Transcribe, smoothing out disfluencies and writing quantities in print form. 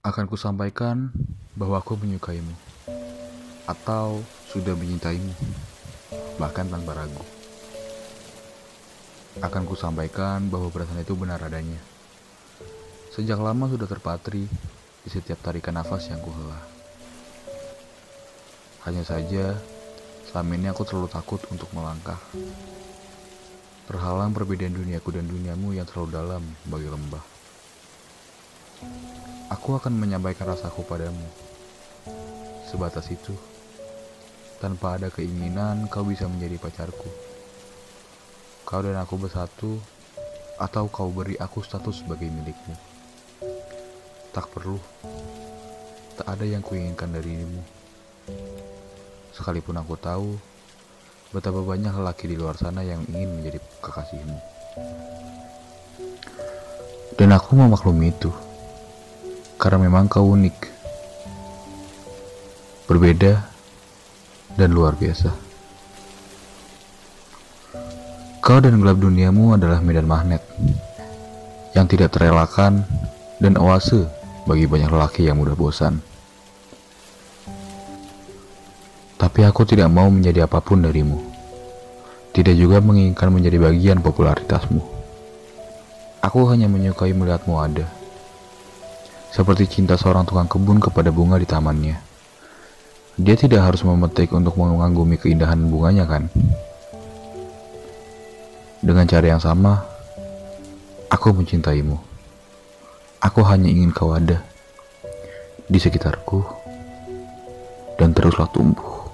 Akan kusampaikan bahwa aku menyukaimu, atau sudah mencintaimu, bahkan tanpa ragu. Akan kusampaikan bahwa perasaan itu benar adanya. Sejak lama sudah terpatri di setiap tarikan nafas yang kuhela. Hanya saja, selama ini aku terlalu takut untuk melangkah. Terhalang perbedaan duniaku dan duniamu yang terlalu dalam bagi lembah. Aku akan menyampaikan rasaku padamu. Sebatas itu, tanpa ada keinginan kau bisa menjadi pacarku. Kau dan aku bersatu, atau kau beri aku status sebagai milikmu. Tak perlu, tak ada yang kuinginkan darimu. Sekalipun aku tahu betapa banyak lelaki di luar sana yang ingin menjadi kekasihmu. Dan aku memaklumi itu, karena memang kau unik, berbeda, dan luar biasa. Kau dan gelap duniamu adalah medan magnet yang tidak terelakkan dan oase bagi banyak lelaki yang mudah bosan. Tapi aku tidak mau menjadi apapun darimu, tidak juga menginginkan menjadi bagian popularitasmu. Aku hanya menyukai melihatmu ada, seperti cinta seorang tukang kebun kepada bunga di tamannya. Dia tidak harus memetik untuk mengagumi keindahan bunganya, kan? Dengan cara yang sama, aku mencintaimu. Aku hanya ingin kau ada di sekitarku dan teruslah tumbuh.